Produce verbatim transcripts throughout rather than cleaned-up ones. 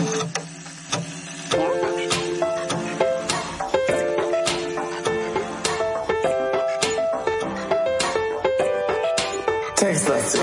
Textlastig.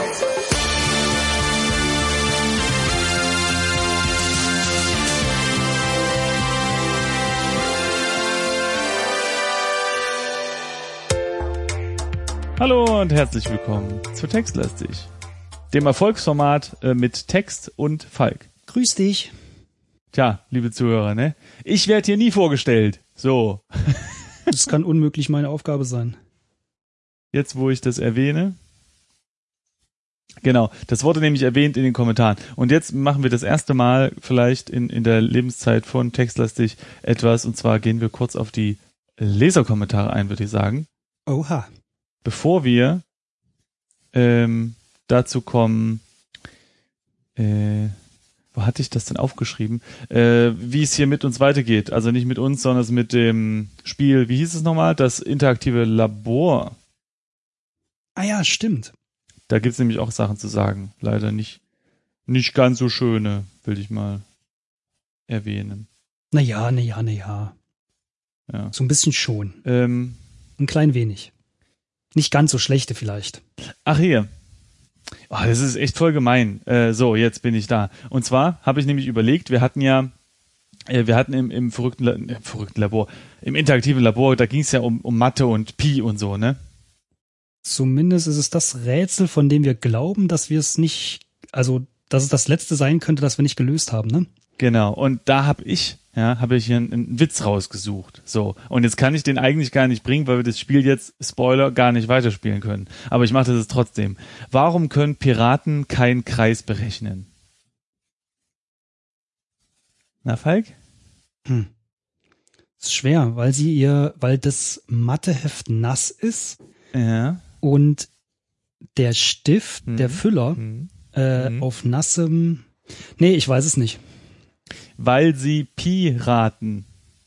Hallo und herzlich willkommen zu Textlastig, dem Erfolgsformat äh, mit Text und Falk. Grüß dich. Tja, liebe Zuhörer, ne? Ich werde hier nie vorgestellt. So. Das kann unmöglich meine Aufgabe sein. Jetzt, wo ich das erwähne. Genau, das wurde nämlich erwähnt in den Kommentaren. Und jetzt machen wir das erste Mal vielleicht in, in der Lebenszeit von Textlastig etwas. Und zwar gehen wir kurz auf die Leserkommentare ein, würde ich sagen. Oha. Bevor wir ähm, dazu kommen, äh, wo hatte ich das denn aufgeschrieben, äh, wie es hier mit uns weitergeht. Also nicht mit uns, sondern mit dem Spiel, wie hieß es nochmal? Das interaktive Labor. Ah ja, stimmt. Da gibt's nämlich auch Sachen zu sagen. Leider nicht, nicht ganz so schöne, will ich mal erwähnen. Naja, naja, naja. Ja. So ein bisschen schon. Ähm, ein klein wenig. Nicht ganz so schlechte vielleicht. Ach hier. Oh, das ist echt voll gemein. Äh, so, jetzt bin ich da. Und zwar habe ich nämlich überlegt, wir hatten ja, äh, wir hatten im, im verrückten, La- äh, verrückten Labor, im interaktiven Labor, da ging es ja um, um Mathe und Pi und so, ne? Zumindest ist es das Rätsel, von dem wir glauben, dass wir es nicht, also dass es das letzte sein könnte, das wir nicht gelöst haben, ne? Genau. Und da habe ich, ja, habe ich hier einen, einen Witz rausgesucht. So. Und jetzt kann ich den eigentlich gar nicht bringen, weil wir das Spiel jetzt, Spoiler, gar nicht weiterspielen können. Aber ich mache das jetzt trotzdem. Warum können Piraten keinen Kreis berechnen? Na, Falk? Hm. Ist schwer, weil sie ihr, weil das Matheheft nass ist. Ja. Und der Stift, hm. der Füller, hm. äh, hm. auf nassem. Nee, ich weiß es nicht. Weil sie Piraten.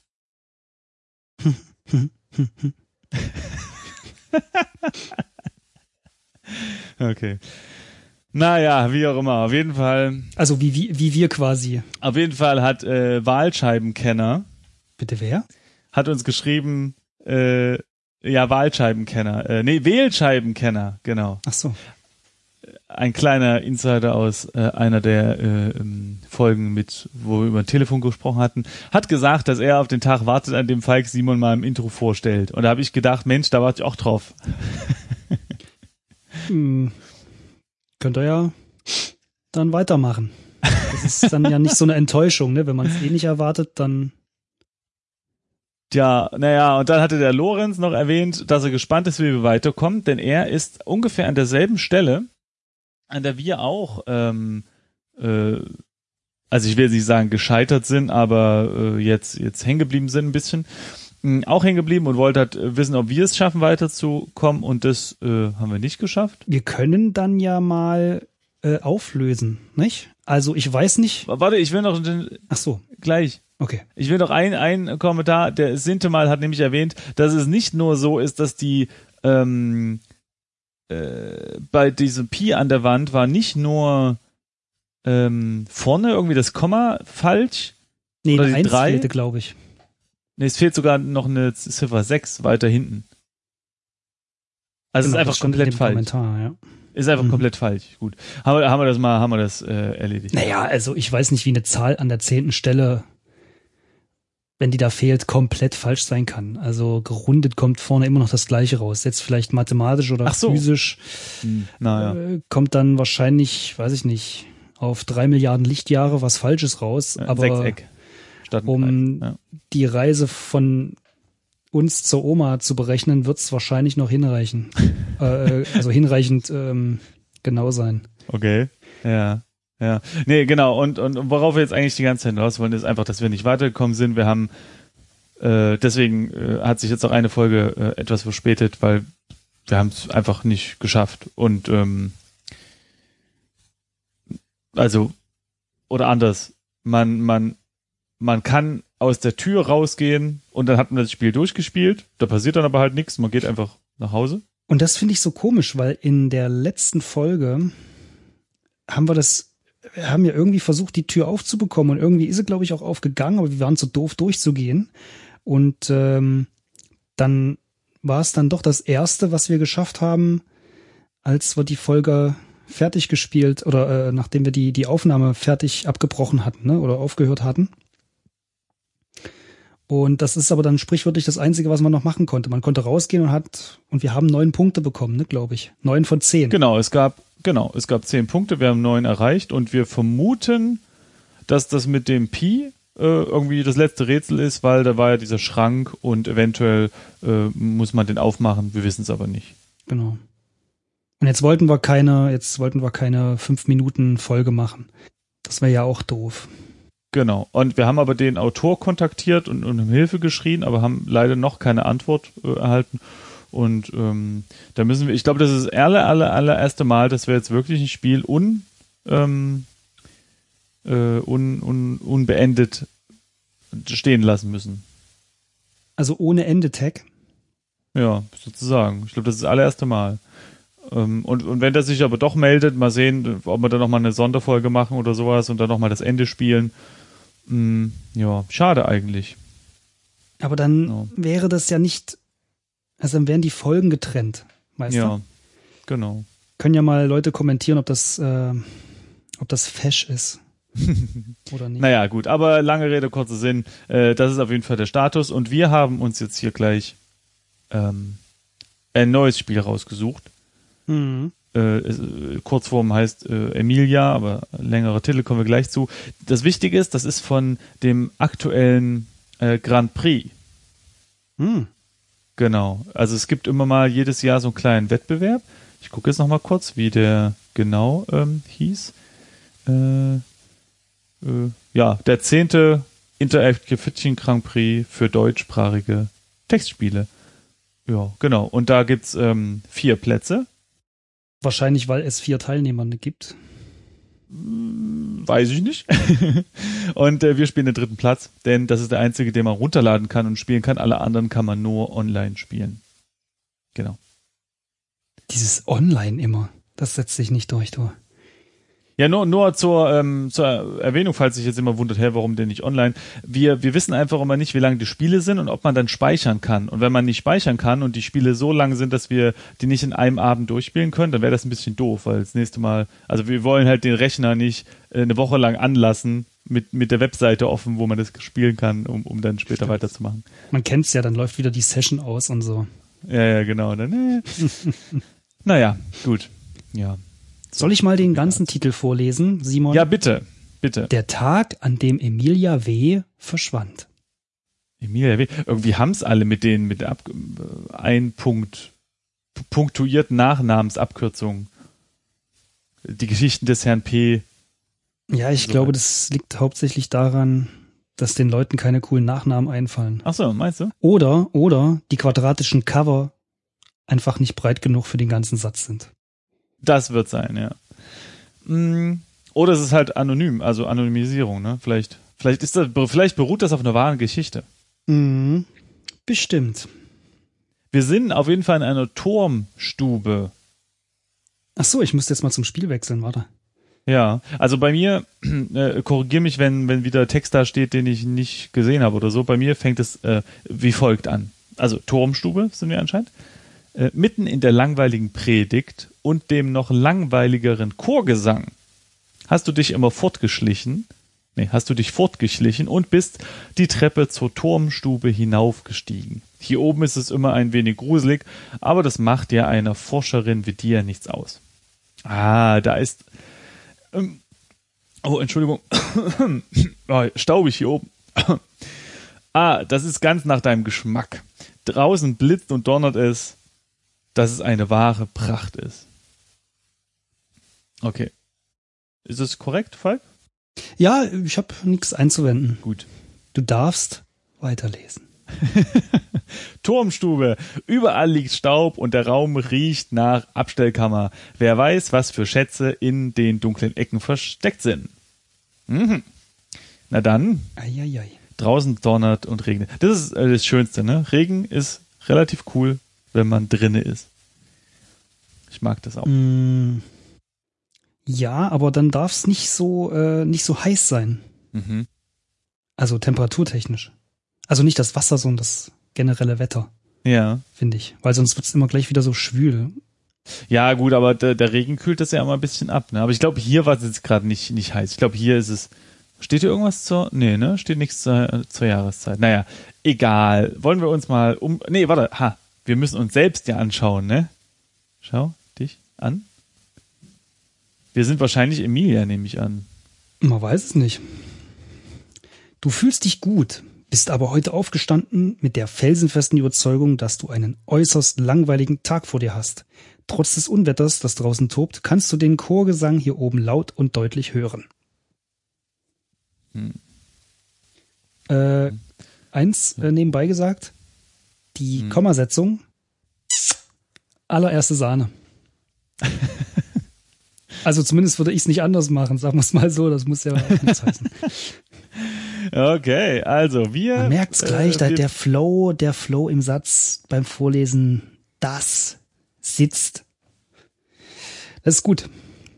Okay. Naja, wie auch immer. Auf jeden Fall. Also wie, wie, wie wir quasi. Auf jeden Fall hat äh, Wahlscheibenkenner. Bitte wer? Hat uns geschrieben, äh, ja, Wahlscheibenkenner. Äh, nee, Wählscheibenkenner, genau. Ach so. Ein kleiner Insider aus äh, einer der äh, Folgen mit, wo wir über ein Telefon gesprochen hatten, hat gesagt, dass er auf den Tag wartet, an dem Falk Simon mal im Intro vorstellt. Und da habe ich gedacht, Mensch, da warte ich auch drauf. hm. Könnt ihr ja dann weitermachen. Das ist dann ja nicht so eine Enttäuschung, ne? Wenn man es eh nicht erwartet, dann... Tja, naja, und dann hatte der Lorenz noch erwähnt, dass er gespannt ist, wie wir weiterkommen, denn er ist ungefähr an derselben Stelle, an der wir auch, ähm, äh, also ich will jetzt nicht sagen gescheitert sind, aber äh, jetzt jetzt hängen geblieben sind ein bisschen, äh, auch hängen geblieben und wollte halt wissen, ob wir es schaffen, weiterzukommen, und das äh, haben wir nicht geschafft. Wir können dann ja mal äh, auflösen, nicht? Also ich weiß nicht... Warte, ich will noch... Den, Ach so. Gleich. Okay. Ich will noch ein, ein Kommentar, der Sintemal hat nämlich erwähnt, dass es nicht nur so ist, dass die ähm, äh, bei diesem Pi an der Wand war nicht nur ähm, vorne irgendwie das Komma falsch. Nee, oder eine die eins drei. fehlte, glaube ich. Nee, es fehlt sogar noch eine Ziffer sechs weiter hinten. Also Genau, es ist einfach komplett falsch. Kommentar, ja. Ist einfach mhm. komplett falsch. Gut. Haben wir, haben wir das mal, haben wir das äh, erledigt. Naja, also ich weiß nicht, wie eine Zahl an der zehnten Stelle, wenn die da fehlt, komplett falsch sein kann. Also gerundet kommt vorne immer noch das Gleiche raus. Jetzt vielleicht mathematisch oder so. physisch Hm, naja. äh, kommt dann wahrscheinlich, weiß ich nicht, auf drei Milliarden Lichtjahre was Falsches raus. Ein aber Sechseck. Statt ein um ja. die Reise von uns zur Oma zu berechnen, wird es wahrscheinlich noch hinreichen. äh, also hinreichend ähm, genau sein. Okay, ja. Ja, nee, genau. Und, und worauf wir jetzt eigentlich die ganze Zeit raus wollen, ist einfach, dass wir nicht weitergekommen sind. Wir haben, äh, deswegen äh, hat sich jetzt auch eine Folge äh, etwas verspätet, weil wir haben es einfach nicht geschafft. Und ähm, also, oder anders, man, man, man kann aus der Tür rausgehen und dann hat man das Spiel durchgespielt. Da passiert dann aber halt nichts. Man geht einfach nach Hause. Und das finde ich so komisch, weil in der letzten Folge haben wir das wir haben ja irgendwie versucht, die Tür aufzubekommen und irgendwie ist sie, glaube ich, auch aufgegangen, aber wir waren zu doof durchzugehen. Und ähm, dann war es dann doch das Erste, was wir geschafft haben, als wir die Folge fertig gespielt oder äh, nachdem wir die die Aufnahme fertig abgebrochen hatten, ne, oder aufgehört hatten. Und das ist aber dann sprichwörtlich das Einzige, was man noch machen konnte. Man konnte rausgehen und hat und wir haben neun Punkte bekommen, ne, glaube ich. Neun von zehn. Genau, es gab genau, es gab zehn Punkte, wir haben neun erreicht und wir vermuten, dass das mit dem Pi äh, irgendwie das letzte Rätsel ist, weil da war ja dieser Schrank und eventuell äh, muss man den aufmachen. Wir wissen es aber nicht. Genau. Und jetzt wollten wir keine, jetzt wollten wir keine fünf Minuten Folge machen. Das wäre ja auch doof. Genau. Und wir haben aber den Autor kontaktiert und, und um Hilfe geschrien, aber haben leider noch keine Antwort äh, erhalten. Und ähm, da müssen wir, ich glaube, das ist das aller, aller, allererste Mal, dass wir jetzt wirklich ein Spiel un, ähm, äh, un, un, unbeendet stehen lassen müssen. Also ohne Ende-Tag? Ja, sozusagen. Ich glaube, das ist das allererste Mal. Und, und wenn der sich aber doch meldet, mal sehen, ob wir dann nochmal eine Sonderfolge machen oder sowas und dann nochmal das Ende spielen. Hm, ja, schade eigentlich. Aber dann ja. wäre das ja nicht, also dann wären die Folgen getrennt, weißt ja, du? Ja, genau. Können ja mal Leute kommentieren, ob das, äh, ob das fesch ist. Oder nicht. Naja, gut, aber lange Rede, kurzer Sinn. Äh, das ist auf jeden Fall der Status und wir haben uns jetzt hier gleich ähm, ein neues Spiel rausgesucht. Mhm. Äh, Kurzform heißt äh, Emilia, aber längere Titel kommen wir gleich zu. Das Wichtige ist, das ist von dem aktuellen äh, Grand Prix. Mhm. Genau. Also es gibt immer mal jedes Jahr so einen kleinen Wettbewerb. Ich gucke jetzt noch mal kurz, wie der genau ähm, hieß. Äh, äh, ja, der zehnte Interactive Fiction Grand Prix für deutschsprachige Textspiele. Ja, genau. Und da gibt's ähm, vier Plätze. Wahrscheinlich, weil es vier Teilnehmer gibt. Weiß ich nicht. Und äh, wir spielen den dritten Platz, denn das ist der einzige, den man runterladen kann und spielen kann. Alle anderen kann man nur online spielen. Genau. Dieses Online immer, das setzt sich nicht durch, du. Ja, nur, nur zur, ähm, zur Erwähnung, falls sich jetzt immer wundert, hä, warum denn nicht online? Wir, wir wissen einfach immer nicht, wie lange die Spiele sind und ob man dann speichern kann. Und wenn man nicht speichern kann und die Spiele so lang sind, dass wir die nicht in einem Abend durchspielen können, dann wäre das ein bisschen doof, weil das nächste Mal, also wir wollen halt den Rechner nicht äh, eine Woche lang anlassen mit, mit der Webseite offen, wo man das spielen kann, um, um dann später Stimmt. weiterzumachen. Man kennt's ja, dann läuft wieder die Session aus und so. Ja, ja, genau. Dann, äh. Naja, gut. Ja. Soll ich mal den ganzen Titel vorlesen, Simon? Ja, bitte, bitte. Der Tag, an dem Emilia W. verschwand. Emilia W. Irgendwie haben es alle mit den mit der Ab ein Punkt punktuierten Nachnamensabkürzungen. Die Geschichten des Herrn P. Ja, ich so glaube, das liegt hauptsächlich daran, dass den Leuten keine coolen Nachnamen einfallen. Ach so, meinst du? Oder, oder die quadratischen Cover einfach nicht breit genug für den ganzen Satz sind. Das wird sein, ja. Oder es ist halt anonym, also Anonymisierung, ne? Vielleicht, vielleicht ist das, vielleicht beruht das auf einer wahren Geschichte. Mhm. Bestimmt. Wir sind auf jeden Fall in einer Turmstube. Ach so, ich müsste jetzt mal zum Spiel wechseln, warte. Ja, also bei mir, äh, korrigier mich, wenn, wenn wieder Text da steht, den ich nicht gesehen habe oder so. Bei mir fängt es äh, wie folgt an. Also Turmstube sind wir anscheinend. Äh, mitten in der langweiligen Predigt und dem noch langweiligeren Chorgesang hast du dich immer fortgeschlichen, nee, hast du dich fortgeschlichen und bist die Treppe zur Turmstube hinaufgestiegen. Hier oben ist es immer ein wenig gruselig, aber das macht ja einer Forscherin wie dir nichts aus. Ah, da ist, ähm, oh, Entschuldigung, oh, staubig hier oben. Ah, das ist ganz nach deinem Geschmack. Draußen blitzt und donnert es, dass es eine wahre Pracht ist. Okay. Ist es korrekt, Falk? Ja, ich habe nichts einzuwenden. Gut. Du darfst weiterlesen. Turmstube. Überall liegt Staub und der Raum riecht nach Abstellkammer. Wer weiß, was für Schätze in den dunklen Ecken versteckt sind. Mhm. Na dann. Eieiei. Draußen donnert und regnet. Das ist äh, das Schönste, ne? Regen ist relativ cool, wenn man drinne ist. Ich mag das auch. Mm. Ja, aber dann darf es nicht so äh, nicht so heiß sein. Mhm. Also temperaturtechnisch. Also nicht das Wasser, sondern das generelle Wetter, Ja. finde ich. Weil sonst wird es immer gleich wieder so schwül. Ja, gut, aber der, der Regen kühlt das ja immer ein bisschen ab, ne? Aber ich glaube, hier war es jetzt gerade nicht, nicht heiß. Ich glaube, hier ist es. Steht hier irgendwas zur. Nee, ne? Steht nichts zur, zur Jahreszeit. Naja, egal. Wollen wir uns mal um. Nee, warte, ha. Wir müssen uns selbst ja anschauen, ne? Schau dich an. Wir sind wahrscheinlich Emilia, nehme ich an. Man weiß es nicht. Du fühlst dich gut, bist aber heute aufgestanden mit der felsenfesten Überzeugung, dass du einen äußerst langweiligen Tag vor dir hast. Trotz des Unwetters, das draußen tobt, kannst du den Chorgesang hier oben laut und deutlich hören. Hm. Äh, eins äh, nebenbei gesagt, die Hm. Kommasetzung, allererste Sahne. Also zumindest würde ich es nicht anders machen, sagen wir es mal so, das muss ja auch nichts heißen. Okay, also wir. Man merkt es gleich, äh, da wir, der Flow, der Flow im Satz beim Vorlesen, das sitzt. Das ist gut.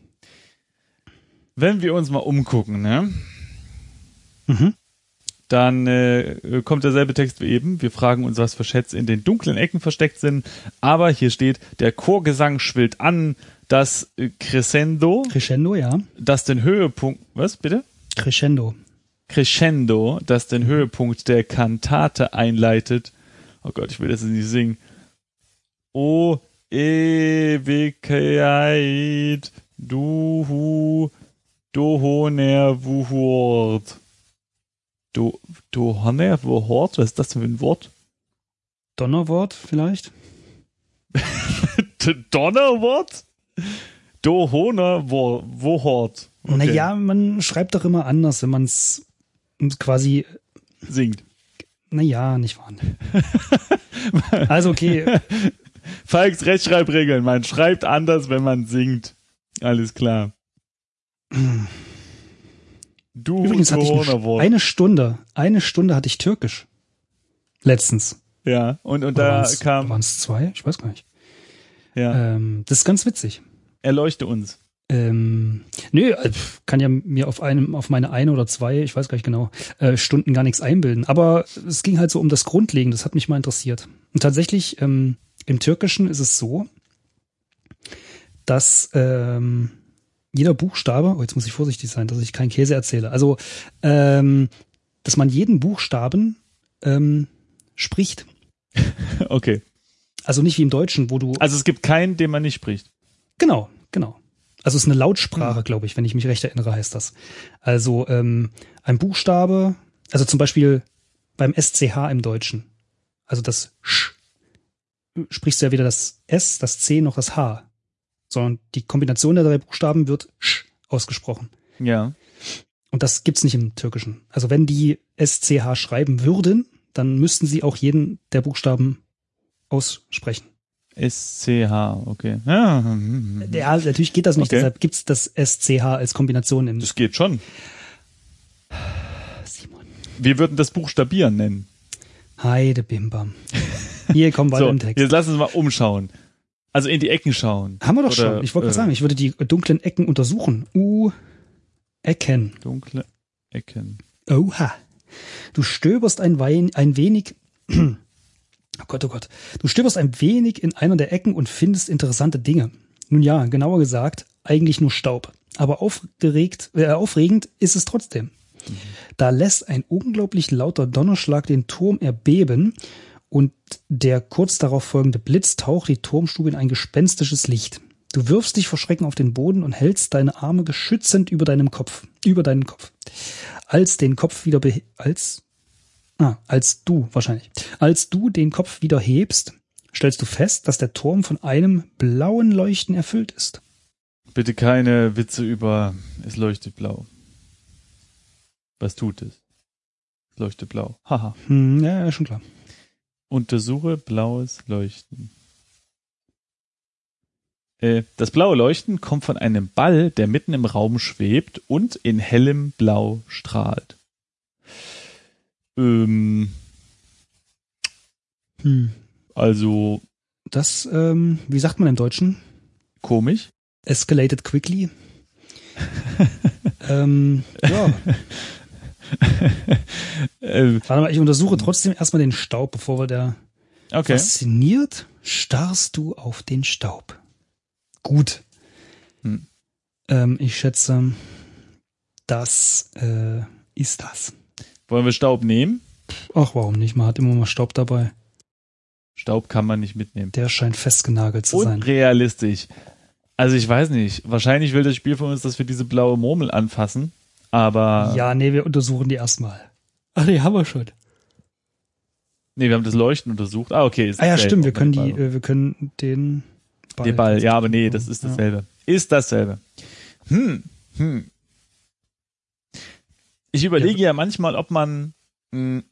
Wenn wir uns mal umgucken, ne? Mhm. Dann äh, kommt derselbe Text wie eben. Wir fragen uns, was für Schätze in den dunklen Ecken versteckt sind. Aber hier steht, der Chorgesang schwillt an, das äh, Crescendo, Crescendo, ja. das den Höhepunkt, was bitte? Crescendo. Crescendo, das den Höhepunkt der Kantate einleitet. Oh Gott, ich will das nicht singen. O Ewigkeit, du hu, do honer wuhort. Do, do honer wuhort? Was ist das denn für ein Wort? Donnerwort vielleicht? Donnerwort? Do honer wuhort. Okay. Naja, man schreibt doch immer anders, wenn man es quasi, Singt. naja, nicht wahr. Also okay, Falks Rechtschreibregeln. Man schreibt anders, wenn man singt. Alles klar. Du, übrigens hatte ich eine, Honerwort. eine Stunde, eine Stunde hatte ich Türkisch. Letztens. Ja, und, und Oder da waren's, kam, waren es zwei? Ich weiß gar nicht. ja, Ähm, das ist ganz witzig. erleuchte uns. Ähm, nö, äh, kann ja mir auf einem, auf meine eine oder zwei, ich weiß gar nicht genau, äh, Stunden gar nichts einbilden. Aber es ging halt so um das Grundlegende, das hat mich mal interessiert. Und tatsächlich, ähm, im Türkischen ist es so, dass ähm, jeder Buchstabe, oh, jetzt muss ich vorsichtig sein, dass ich keinen Käse erzähle, also, ähm, dass man jeden Buchstaben ähm, spricht. Okay. Also nicht wie im Deutschen, wo du, Also es gibt keinen, den man nicht spricht. genau, genau. Also es ist eine Lautsprache, glaube ich, wenn ich mich recht erinnere, heißt das. Also ähm, ein Buchstabe, also zum Beispiel beim S C H im Deutschen, also das Sch, sprichst du ja weder das S, das C noch das H, sondern die Kombination der drei Buchstaben wird Sch ausgesprochen. Ja. Und das gibt's nicht im Türkischen. Also wenn die S C H schreiben würden, dann müssten sie auch jeden der Buchstaben aussprechen. S C H, okay. Ja, Ja, natürlich geht das nicht, Okay. deshalb gibt's das S C H als Kombination im das geht schon. Simon. Wir würden das Buchstabieren nennen. Heide Bimbam. Hier kommen weiter So, im Text. jetzt lass uns mal umschauen. Also in die Ecken schauen. Haben wir doch Oder, schon. Ich wollte gerade äh, sagen, ich würde die dunklen Ecken untersuchen. U Ecken. Dunkle Ecken. Oha. Du stöberst ein, Wein, ein wenig. Oh Gott, oh Gott. Du stöberst ein wenig in einer der Ecken und findest interessante Dinge. Nun ja, genauer gesagt, eigentlich nur Staub. Aber aufgeregt, äh, aufregend ist es trotzdem. Mhm. Da lässt ein unglaublich lauter Donnerschlag den Turm erbeben und der kurz darauf folgende Blitz taucht die Turmstube in ein gespenstisches Licht. Du wirfst dich vor Schrecken auf den Boden und hältst deine Arme geschützend über deinem Kopf, über deinen Kopf. Als den Kopf wieder behe- als Ah, als du, wahrscheinlich. Als du den Kopf wieder hebst, stellst du fest, dass der Turm von einem blauen Leuchten erfüllt ist. Bitte keine Witze über es leuchtet blau. Was tut es? Es leuchtet blau. Haha. Hm, ja, ja, schon klar. Untersuche blaues Leuchten. Äh, das blaue Leuchten kommt von einem Ball, der mitten im Raum schwebt und in hellem Blau strahlt. Ähm, Hm. also Das, ähm, wie sagt man im Deutschen? komisch. Escalated quickly. ähm, ja. Ähm, Warte mal, ich untersuche trotzdem erstmal den Staub, bevor wir da. okay. Fasziniert starrst du auf den Staub. Gut. Hm. Ähm, ich schätze, das äh, ist das. Wollen wir Staub nehmen? Ach, warum nicht? Man hat immer mal Staub dabei. Staub kann man nicht mitnehmen. Der scheint festgenagelt zu sein. Unrealistisch. Also ich weiß nicht. Wahrscheinlich will das Spiel von uns, dass wir diese blaue Murmel anfassen. Aber. Ja, nee, wir untersuchen die erstmal. Ach nee, haben wir schon. Nee, wir haben das Leuchten untersucht. Ah, okay. Ist Ah ja, dasselbe. stimmt, wir Auch können mit die, dem Ball. äh, wir können den Ball. Den Ball, ja, aber nee, das ist dasselbe. Ja. Ist dasselbe. Hm, hm. Ich überlege ja, ja manchmal, ob man mh,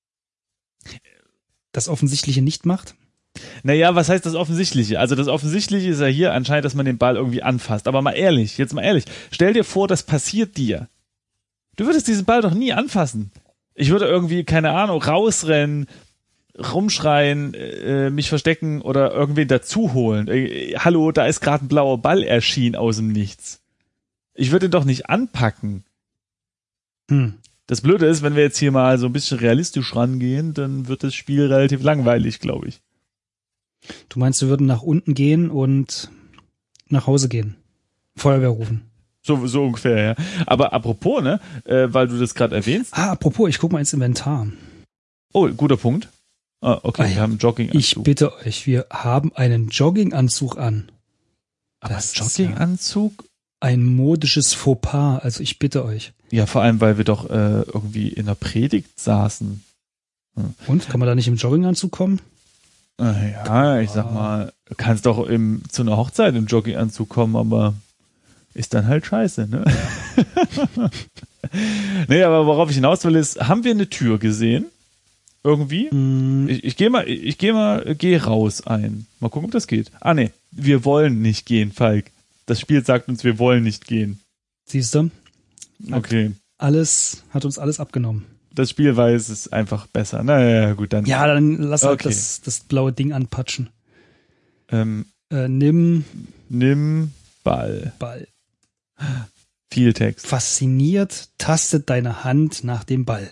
das Offensichtliche nicht macht. Naja, was heißt das Offensichtliche? Also das Offensichtliche ist ja hier anscheinend, dass man den Ball irgendwie anfasst. Aber mal ehrlich, jetzt mal ehrlich, stell dir vor, das passiert dir. Du würdest diesen Ball doch nie anfassen. Ich würde irgendwie, keine Ahnung, rausrennen, rumschreien, äh, mich verstecken oder irgendwen dazu holen. Äh, hallo, da ist gerade ein blauer Ball erschienen aus dem Nichts. Ich würde ihn doch nicht anpacken. Hm. Das Blöde ist, wenn wir jetzt hier mal so ein bisschen realistisch rangehen, dann wird das Spiel relativ langweilig, glaube ich. Du meinst, wir würden nach unten gehen und nach Hause gehen? Feuerwehr rufen? So, so ungefähr, ja. Aber apropos, ne, äh, weil du das gerade erwähnst. Ah, apropos, ich guck mal ins Inventar. Oh, guter Punkt. Ah, okay, ah, ja. wir haben einen Jogginganzug. Ich bitte euch, wir haben einen Jogginganzug an. Aber das Jogginganzug? Ja ein modisches Fauxpas, also ich bitte euch. Ja, vor allem, weil wir doch äh, irgendwie in der Predigt saßen. Hm. Und, kann man da nicht im Jogginganzug kommen? Äh, ja, ich sag mal, du kannst doch im, zu einer Hochzeit im Jogginganzug kommen, aber ist dann halt scheiße, ne? Nee, aber worauf ich hinaus will ist, haben wir eine Tür gesehen? Irgendwie? Mm. Ich, ich gehe mal, ich gehe mal, geh raus ein. Mal gucken, ob das geht. Ah, nee, wir wollen nicht gehen, Falk. Das Spiel sagt uns, wir wollen nicht gehen. Siehst du? Okay. Alles, hat uns alles abgenommen. Das Spiel weiß es einfach besser. Naja, gut, dann. Ja, dann lass halt okay. das, das blaue Ding anpatschen. Ähm, äh, nimm. Nimm Ball. Ball. Viel Text. Fasziniert tastet deine Hand nach dem Ball.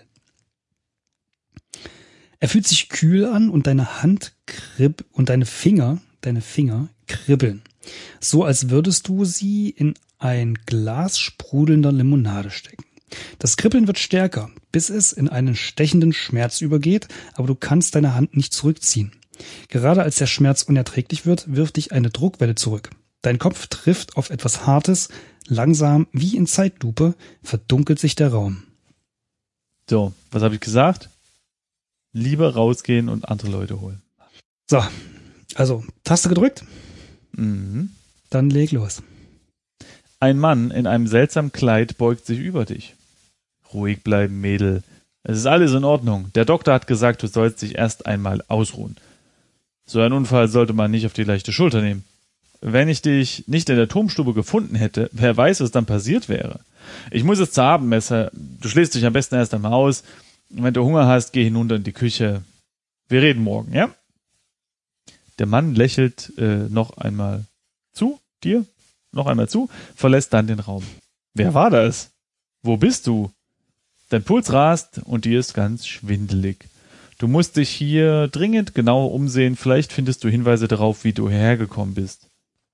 Er fühlt sich kühl an und deine Hand kribb und deine Finger, deine Finger kribbeln. So als würdest du sie in ein Glas sprudelnder Limonade stecken. Das Kribbeln wird stärker, bis es in einen stechenden Schmerz übergeht, aber du kannst deine Hand nicht zurückziehen. Gerade als der Schmerz unerträglich wird, wirft dich eine Druckwelle zurück. Dein Kopf trifft auf etwas Hartes, langsam, wie in Zeitlupe, verdunkelt sich der Raum. So, was habe ich gesagt? Lieber rausgehen und andere Leute holen. So, also Taste gedrückt, Mhm. dann leg los. Ein Mann in einem seltsamen Kleid beugt sich über dich. Ruhig bleiben, Mädel. Es ist alles in Ordnung. Der Doktor hat gesagt, du sollst dich erst einmal ausruhen. So einen Unfall sollte man nicht auf die leichte Schulter nehmen. Wenn ich dich nicht in der Turmstube gefunden hätte, wer weiß, was dann passiert wäre. Ich muss jetzt zur Abendmesse. Du schläfst dich am besten erst einmal aus. Wenn du Hunger hast, geh hinunter in die Küche. Wir reden morgen, ja? Der Mann lächelt äh, noch einmal zu dir, noch einmal zu, verlässt dann den Raum. Wer war das? Wo bist du? Dein Puls rast und dir ist ganz schwindelig. Du musst dich hier dringend genauer umsehen. Vielleicht findest du Hinweise darauf, wie du hierher gekommen bist.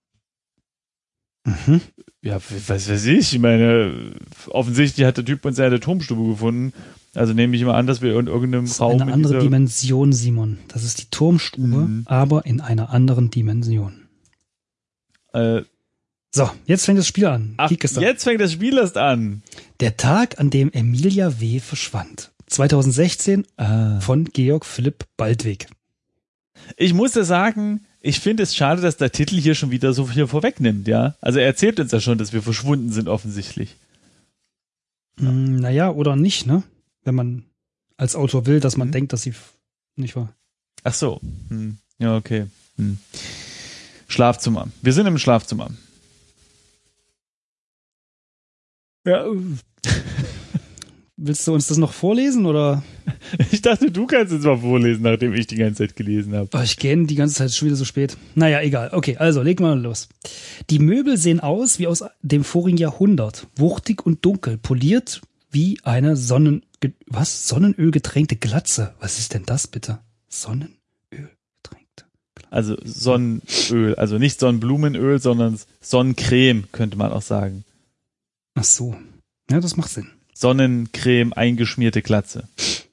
Mhm. Ja, was weiß ich. Ich meine, offensichtlich hat der Typ uns ja in der Turmstube gefunden. Also nehme ich mal an, dass wir in irgendeinem Das ist Raum... eine andere Dimension, Simon. Das ist die Turmstube, Mhm. aber in einer anderen Dimension. Äh, So, jetzt fängt das Spiel an. ach, Kick es da. jetzt fängt das Spiel erst an. Der Tag, an dem Emilia W. verschwand. zweitausendsechzehn Ah. von Georg Philipp Baldweg. Ich musste sagen, ich finde es schade, dass der Titel hier schon wieder so viel vorwegnimmt, ja. Also er erzählt uns ja schon, dass wir verschwunden sind, offensichtlich. Hm, naja, oder nicht, ne? Wenn man als Autor will, dass man Mhm. denkt, dass sie f- nicht war. Ach so. Hm. Ja, okay. Hm. Schlafzimmer. Wir sind im Schlafzimmer. Ja, äh, willst du uns das noch vorlesen oder? Ich dachte, du kannst es mal vorlesen, nachdem ich die ganze Zeit gelesen habe. Oh, ich gähne die ganze Zeit, schon wieder so spät. Naja, egal. Okay, also legen wir mal los. Die Möbel sehen aus wie aus dem vorigen Jahrhundert. Wuchtig und dunkel, poliert wie eine Sonnen... Was? Sonnenöl getränkte Glatze. Was ist denn das bitte? Sonnenöl getränkte Glatze. Also Sonnenöl, also nicht Sonnenblumenöl, sondern Sonnencreme, könnte man auch sagen. Ach so. Ja, das macht Sinn. Sonnencreme eingeschmierte Glatze.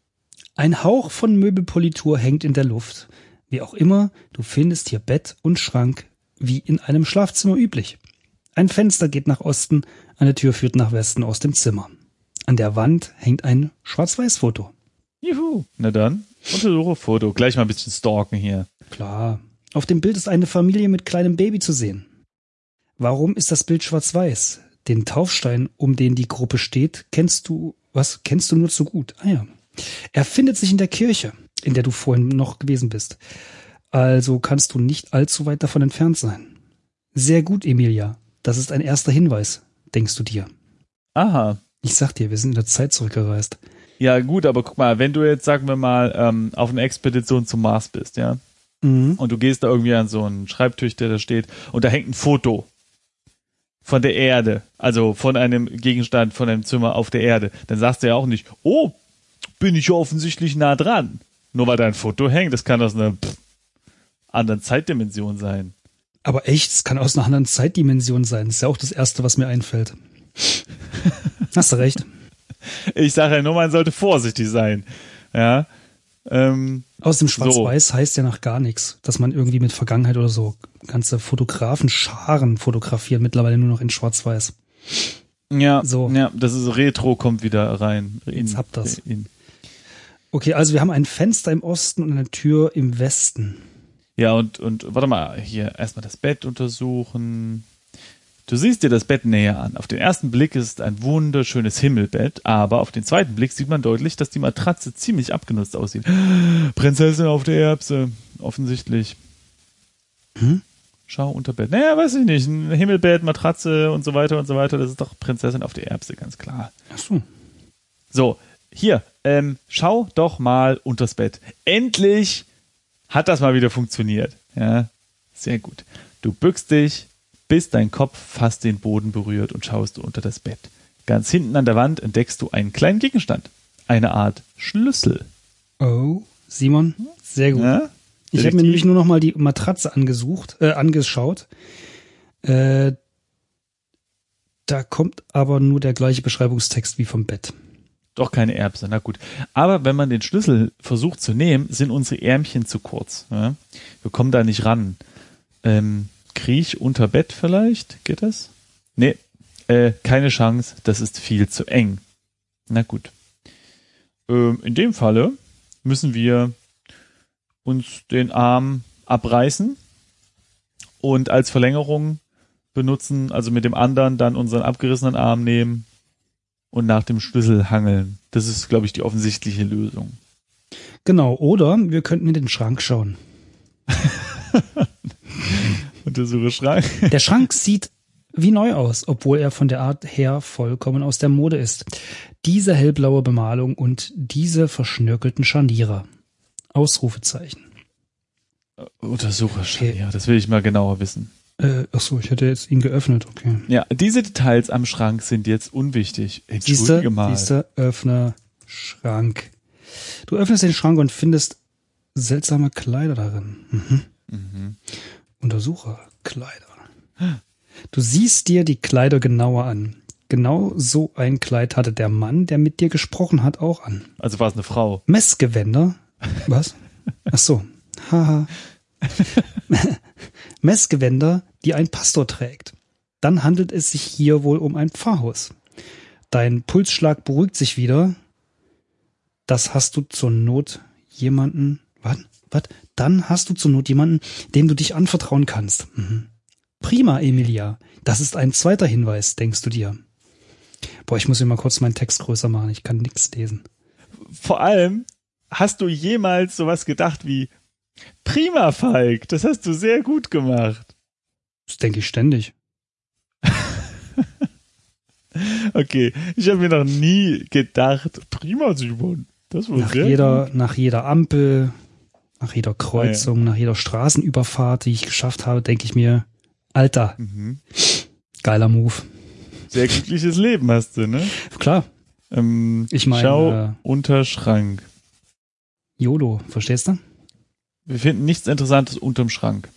Ein Hauch von Möbelpolitur hängt in der Luft. Wie auch immer, du findest hier Bett und Schrank, wie in einem Schlafzimmer üblich. Ein Fenster geht nach Osten, eine Tür führt nach Westen aus dem Zimmer. An der Wand hängt ein Schwarz-Weiß-Foto. Juhu. Na dann, untersuche Foto. Gleich mal ein bisschen stalken hier. Klar. Auf dem Bild ist eine Familie mit kleinem Baby zu sehen. Warum ist das Bild schwarz-weiß? Den Taufstein, um den die Gruppe steht, kennst du, was, kennst du nur zu gut? Ah ja. Er findet sich in der Kirche, in der du vorhin noch gewesen bist. Also kannst du nicht allzu weit davon entfernt sein. Sehr gut, Emilia. Das ist ein erster Hinweis, denkst du dir. Aha. Ich sag dir, wir sind in der Zeit zurückgereist. Ja gut, aber guck mal, wenn du jetzt, sagen wir mal, ähm, auf einer Expedition zum Mars bist, ja, Mhm. und du gehst da irgendwie an so einen Schreibtisch, der da steht, und da hängt ein Foto von der Erde, also von einem Gegenstand, von einem Zimmer auf der Erde, dann sagst du ja auch nicht, oh, bin ich ja offensichtlich nah dran. Nur weil da ein Foto hängt, das kann aus einer pff, anderen Zeitdimension sein. Aber echt, es kann aus einer anderen Zeitdimension sein. Das ist ja auch das Erste, was mir einfällt. Hast du recht. Ich sage ja nur, man sollte vorsichtig sein. Ja. Ähm, Aus dem Schwarz-Weiß so. Heißt ja noch gar nichts, dass man irgendwie mit Vergangenheit oder so ganze Fotografenscharen fotografieren, mittlerweile nur noch in Schwarz-Weiß. Ja, so. Ja, das ist Retro, kommt wieder rein. In, Jetzt habt das. In. Okay, also wir haben ein Fenster im Osten und eine Tür im Westen. Ja, und, und warte mal, hier erstmal das Bett untersuchen. Du siehst dir das Bett näher an. Auf den ersten Blick ist es ein wunderschönes Himmelbett, aber auf den zweiten Blick sieht man deutlich, dass die Matratze ziemlich abgenutzt aussieht. Prinzessin auf der Erbse, offensichtlich. Hm? Schau unter Bett. Naja, weiß ich nicht. Ein Himmelbett, Matratze und so weiter und so weiter. Das ist doch Prinzessin auf der Erbse, ganz klar. Ach so. So, hier, ähm, schau doch mal unters Bett. Endlich hat das mal wieder funktioniert. Ja, sehr gut. Du bückst dich, bis dein Kopf fast den Boden berührt und schaust du unter das Bett. Ganz hinten an der Wand entdeckst du einen kleinen Gegenstand. Eine Art Schlüssel. Oh, Simon, sehr gut. Ja? Ich habe mir nämlich nur noch mal die Matratze angesucht, äh, angeschaut. Äh, da kommt aber nur der gleiche Beschreibungstext wie vom Bett. Doch keine Erbse, na gut. Aber wenn man den Schlüssel versucht zu nehmen, sind unsere Ärmchen zu kurz. Ja? Wir kommen da nicht ran. Ähm, Kriech unter Bett vielleicht? Geht das? Nee, äh, keine Chance. Das ist viel zu eng. Na gut. Ähm, in dem Falle müssen wir uns den Arm abreißen und als Verlängerung benutzen, also mit dem anderen dann unseren abgerissenen Arm nehmen und nach dem Schlüssel hangeln. Das ist, glaube ich, die offensichtliche Lösung. Genau, oder wir könnten in den Schrank schauen. Untersuche Schrank. Der Schrank sieht wie neu aus, obwohl er von der Art her vollkommen aus der Mode ist. Diese hellblaue Bemalung und diese verschnörkelten Scharniere. Ausrufezeichen. Untersuche Scharniere, okay. Das will ich mal genauer wissen. Äh, achso, ich hätte jetzt ihn geöffnet, okay. Ja, diese Details am Schrank sind jetzt unwichtig. Entschuldige siehste, mal. Siehste, öffne Schrank. Du öffnest den Schrank und findest seltsame Kleider darin. Mhm. Mhm. Untersuche Kleider. Du siehst dir die Kleider genauer an. Genau so ein Kleid hatte der Mann, der mit dir gesprochen hat, auch an. Also war es eine Frau. Messgewänder. Was? Ach so. Haha. Messgewänder, die ein Pastor trägt. Dann handelt es sich hier wohl um ein Pfarrhaus. Dein Pulsschlag beruhigt sich wieder. Das hast du zur Not jemanden... Was? Was? Dann hast du zur Not jemanden, dem du dich anvertrauen kannst. Mhm. Prima, Emilia. Das ist ein zweiter Hinweis, denkst du dir. Boah, ich muss mir mal kurz meinen Text größer machen. Ich kann nichts lesen. Vor allem, hast du jemals sowas gedacht wie Prima, Falk, das hast du sehr gut gemacht. Das denke ich ständig. Okay, ich habe mir noch nie gedacht, prima, Simon. Das war Nach sehr jeder, gut. nach jeder Ampel, nach jeder Kreuzung, Ah, ja. nach jeder Straßenüberfahrt, die ich geschafft habe, denke ich mir, Alter, Mhm. geiler Move. Sehr glückliches Leben hast du, ne? Klar, Ähm, ich meine, schau äh, unter Schrank. YOLO, verstehst du? Wir finden nichts Interessantes unterm Schrank.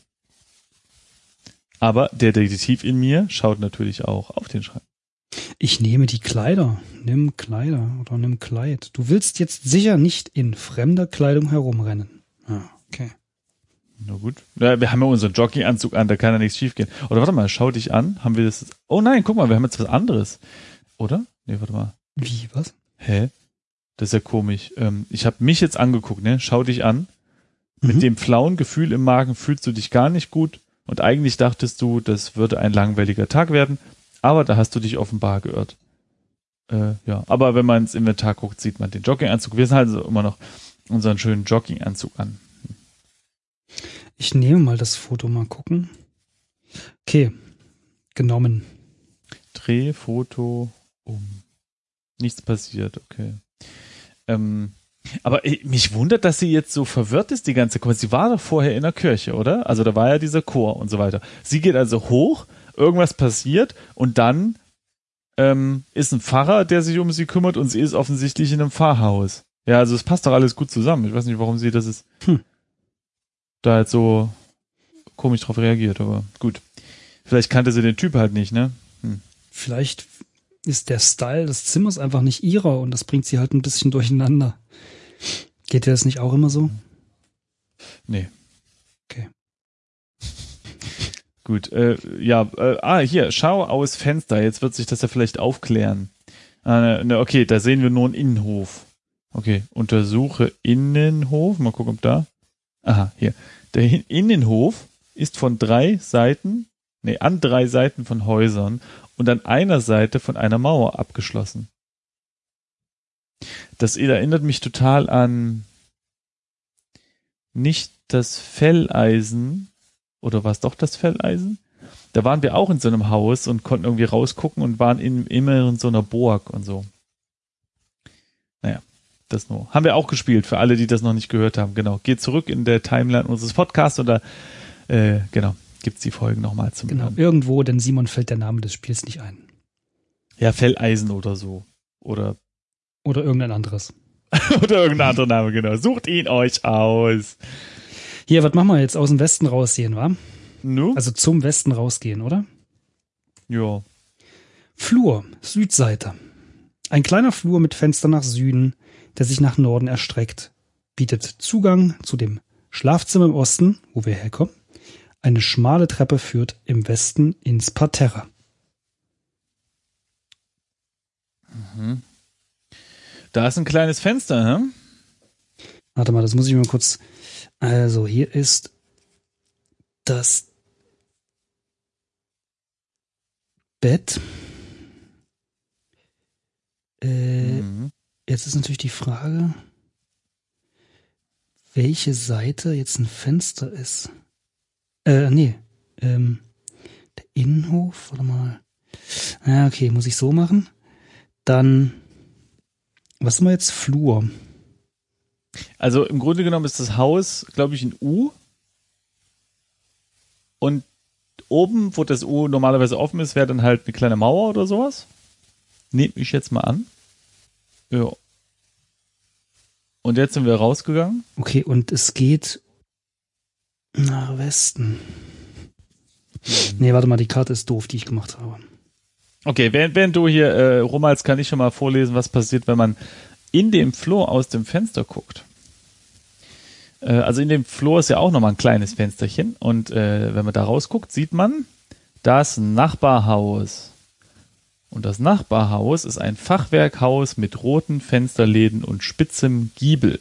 Aber der Detektiv in mir schaut natürlich auch auf den Schrank. Ich nehme die Kleider. Nimm Kleider oder nimm Kleid. Du willst jetzt sicher nicht in fremder Kleidung herumrennen. Ah, okay. Na gut. Ja, wir haben ja unseren Jogginganzug an, da kann ja nichts schiefgehen. Oder warte mal, schau dich an. Haben wir das? Oh nein, guck mal, wir haben jetzt was anderes. Oder? Nee, warte mal. Wie, was? Hä? Das ist ja komisch. Ähm, ich habe mich jetzt angeguckt, ne? Schau dich an. Mit Mhm. dem flauen Gefühl im Magen fühlst du dich gar nicht gut. Und eigentlich dachtest du, das würde ein langweiliger Tag werden. Aber da hast du dich offenbar geirrt. Äh, ja, aber wenn man ins Inventar guckt, sieht man den Jogginganzug. Wir sind halt also immer noch unseren schönen Jogginganzug an. Ich nehme mal das Foto, mal gucken. Okay, genommen. Dreh, Foto, um. Nichts passiert, okay. Ähm, aber ich, mich wundert, dass sie jetzt so verwirrt ist, die ganze Chor. Sie war doch vorher in der Kirche, oder? Also da war ja dieser Chor und so weiter. Sie geht also hoch, irgendwas passiert und dann ähm, ist ein Pfarrer, der sich um sie kümmert und sie ist offensichtlich in einem Pfarrhaus. Ja, also es passt doch alles gut zusammen. Ich weiß nicht, warum sie das ist. Hm. Da halt so komisch drauf reagiert, aber gut. Vielleicht kannte sie den Typ halt nicht, ne? Hm. Vielleicht ist der Style des Zimmers einfach nicht ihrer und das bringt sie halt ein bisschen durcheinander. Geht dir das nicht auch immer so? Nee. Okay. Gut, äh, ja, äh, ah, hier, schau aus Fenster, jetzt wird sich das ja vielleicht aufklären. Ah, ne, ne, okay, da sehen wir nur einen Innenhof. Okay, untersuche Innenhof, mal gucken, ob da. Aha, hier. Der Hin- Innenhof ist von drei Seiten, nee, an drei Seiten von Häusern und an einer Seite von einer Mauer abgeschlossen. Das erinnert mich total an nicht das Felleisen, oder war es doch das Felleisen? Da waren wir auch in so einem Haus und konnten irgendwie rausgucken und waren in, immer in so einer Burg und so. Naja, das nur. Haben wir auch gespielt, für alle, die das noch nicht gehört haben. Genau. Geht zurück in der Timeline unseres Podcasts und da, äh, genau, gibt's die Folgen nochmal zum Genau, Hören. irgendwo, denn Simon fällt der Name des Spiels nicht ein. Ja, Felleisen oder so. Oder, Oder irgendein anderes. oder irgendein anderer Name, genau. Sucht ihn euch aus. Hier, was machen wir jetzt? Aus dem Westen rausgehen, wa? Nu? Also zum Westen rausgehen, oder? Ja. Flur, Südseite. Ein kleiner Flur mit Fenster nach Süden, der sich nach Norden erstreckt, bietet Zugang zu dem Schlafzimmer im Osten, wo wir herkommen. Eine schmale Treppe führt im Westen ins Parterre. Mhm. Da ist ein kleines Fenster, hä? Warte mal, das muss ich mal kurz. Also, hier ist das Bett. Äh, Mhm. Jetzt ist natürlich die Frage, welche Seite jetzt ein Fenster ist. Äh, nee. Ähm, der Innenhof, warte mal. Ja, okay, muss ich so machen. Dann, was haben wir jetzt? Flur. Also im Grunde genommen ist das Haus, glaube ich, ein U. Und oben, wo das U normalerweise offen ist, wäre dann halt eine kleine Mauer oder sowas. Nehme ich jetzt mal an. Ja. Und jetzt sind wir rausgegangen. Okay, und es geht nach Westen. Nee, warte mal, die Karte ist doof, die ich gemacht habe. Okay, während, während du hier äh, rummalst, kann ich schon mal vorlesen, was passiert, wenn man in dem Flur aus dem Fenster guckt. Äh, also in dem Flur ist ja auch nochmal ein kleines Fensterchen. Und äh, wenn man da rausguckt, sieht man das Nachbarhaus. Und das Nachbarhaus ist ein Fachwerkhaus mit roten Fensterläden und spitzem Giebel.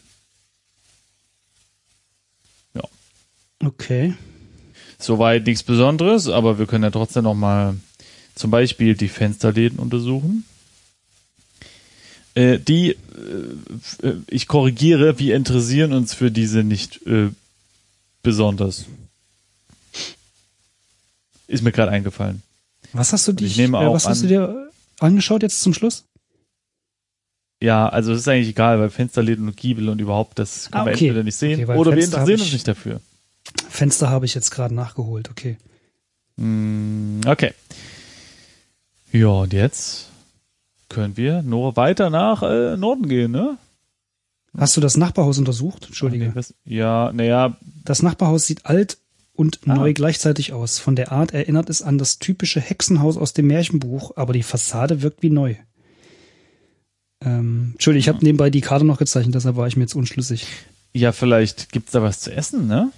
Ja. Okay. Soweit nichts Besonderes, aber wir können ja trotzdem nochmal zum Beispiel die Fensterläden untersuchen. Äh, die, äh, ich korrigiere, wir interessieren uns für diese nicht äh, besonders. Ist mir gerade eingefallen. Was hast du Ich dich, nehme äh, auch was hast an- du dir angeschaut jetzt zum Schluss? Ja, also es ist eigentlich egal, weil Fensterläden und Giebel und überhaupt, das können Ah, wir okay. entweder nicht sehen Okay, weil oder wir Fenster hab interessieren ich- uns nicht dafür. Fenster habe ich jetzt gerade nachgeholt, okay. Mm, okay. Ja, und jetzt können wir nur weiter nach äh, Norden gehen, ne? Hast du das Nachbarhaus untersucht? Entschuldige. Nee, was- ja, naja, Das Nachbarhaus sieht alt und Ah. neu gleichzeitig aus. Von der Art erinnert es an das typische Hexenhaus aus dem Märchenbuch, aber die Fassade wirkt wie neu. Ähm, Entschuldigung, ich habe nebenbei die Karte noch gezeichnet, deshalb war ich mir jetzt unschlüssig. ja, vielleicht gibt's da was zu essen, ne?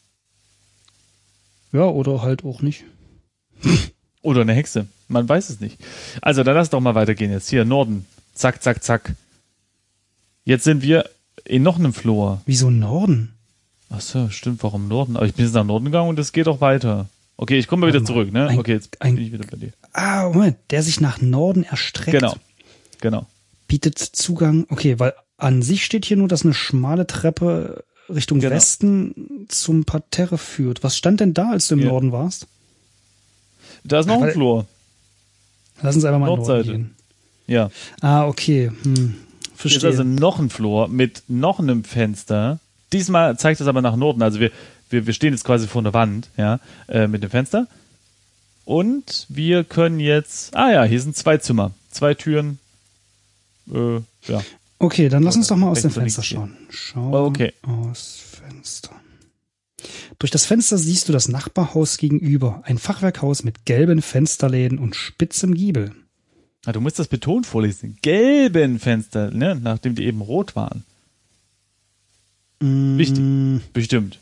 Ja, oder halt auch nicht. Oder eine Hexe. Man weiß es nicht. Also, dann lass doch mal weitergehen jetzt. Hier, Norden. Zack, zack, zack. Jetzt sind wir in noch einem Flur. Wieso Norden? Ach so, stimmt, warum Norden? Aber ich bin jetzt nach Norden gegangen und es geht auch weiter. Okay, ich komme mal wieder Warte mal. zurück, ne? Ein- Okay, jetzt ein- bin ich wieder bei dir. Ah, Moment, der sich nach Norden erstreckt. Genau, genau. Bietet Zugang. Okay, weil an sich steht hier nur, dass eine schmale Treppe Richtung Genau. Westen zum Parterre führt. Was stand denn da, als du im Ja. Norden warst? Da ist noch Weil- ein Flur. Lass uns einfach mal in den Nordseite. Norden gehen. Ja. Ah, okay. Hm. Hier ist Verstehe. also noch ein Flur mit noch einem Fenster. Diesmal zeigt es aber nach Norden. Also wir, wir, wir stehen jetzt quasi vor einer Wand, ja, äh, mit dem Fenster. Und wir können jetzt, ah ja, hier sind zwei Zimmer, zwei Türen. Äh, ja. Okay, dann lass uns doch mal aus dem Rechts und Fenster links schauen. Schau Oh, okay. aus Fenster. Durch das Fenster siehst du das Nachbarhaus gegenüber. Ein Fachwerkhaus mit gelben Fensterläden und spitzem Giebel. Ah, du musst das betont vorlesen. Gelben Fenster, ne, nachdem die eben rot waren. Wichtig. Mm, Bestimmt.